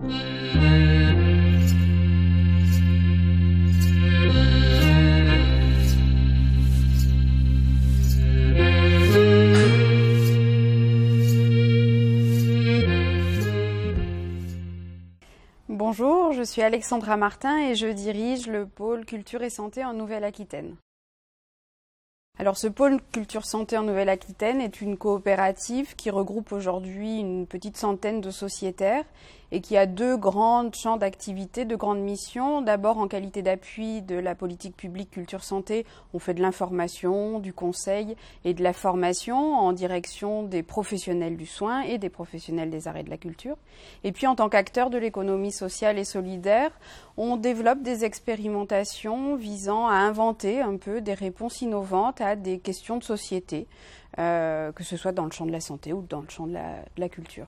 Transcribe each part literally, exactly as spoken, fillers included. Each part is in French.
Bonjour, je suis Alexandra Martin et je dirige le pôle Culture et Santé en Nouvelle-Aquitaine. Alors ce pôle Culture Santé en Nouvelle-Aquitaine est une coopérative qui regroupe aujourd'hui une petite centaine de sociétaires et qui a deux grands champs d'activité, deux grandes missions. D'abord en qualité d'appui de la politique publique Culture Santé, on fait de l'information, du conseil et de la formation en direction des professionnels du soin et des professionnels des arts et de la culture. Et puis en tant qu'acteur de l'économie sociale et solidaire, on développe des expérimentations visant à inventer un peu des réponses innovantes à des questions de société, euh, que ce soit dans le champ de la santé ou dans le champ de la, de la culture.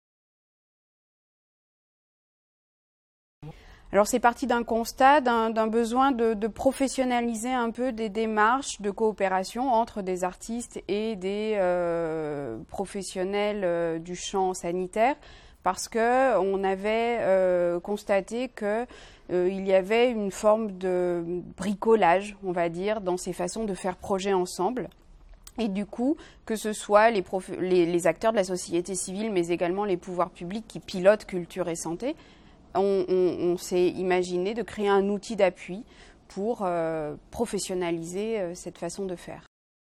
Alors c'est parti d'un constat, d'un, d'un besoin de, de professionnaliser un peu des démarches de coopération entre des artistes et des euh, professionnels euh, du champ sanitaire, parce que on avait euh, constaté que euh, il y avait une forme de bricolage, on va dire, dans ces façons de faire projet ensemble. Et du coup, que ce soit les, prof... les, les acteurs de la société civile, mais également les pouvoirs publics qui pilotent culture et santé, on, on, on s'est imaginé de créer un outil d'appui pour euh, professionnaliser euh, cette façon de faire.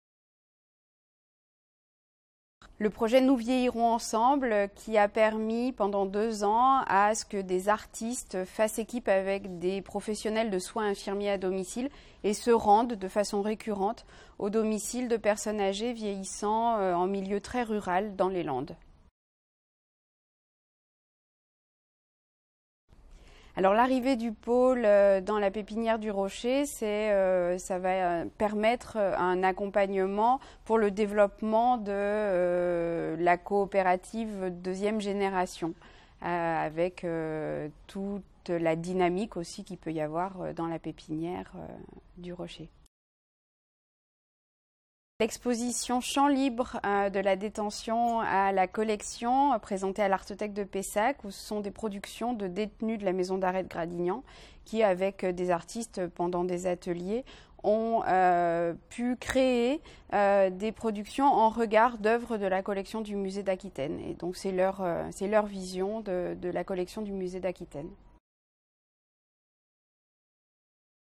Le projet Nous vieillirons ensemble qui a permis pendant deux ans à ce que des artistes fassent équipe avec des professionnels de soins infirmiers à domicile et se rendent de façon récurrente au domicile de personnes âgées vieillissant en milieu très rural dans les Landes. Alors l'arrivée du pôle dans la pépinière du Rocher, c'est, euh, ça va permettre un accompagnement pour le développement de euh, la coopérative deuxième génération, euh, avec euh, toute la dynamique aussi qu'il peut y avoir dans la pépinière euh, du Rocher. L'exposition Champ libre euh, de la détention à la collection euh, présentée à l'Artothèque de Pessac, où ce sont des productions de détenus de la maison d'arrêt de Gradignan qui, avec des artistes pendant des ateliers, ont euh, pu créer euh, des productions en regard d'œuvres de la collection du musée d'Aquitaine. Et donc c'est leur, euh, c'est leur vision de, de la collection du musée d'Aquitaine.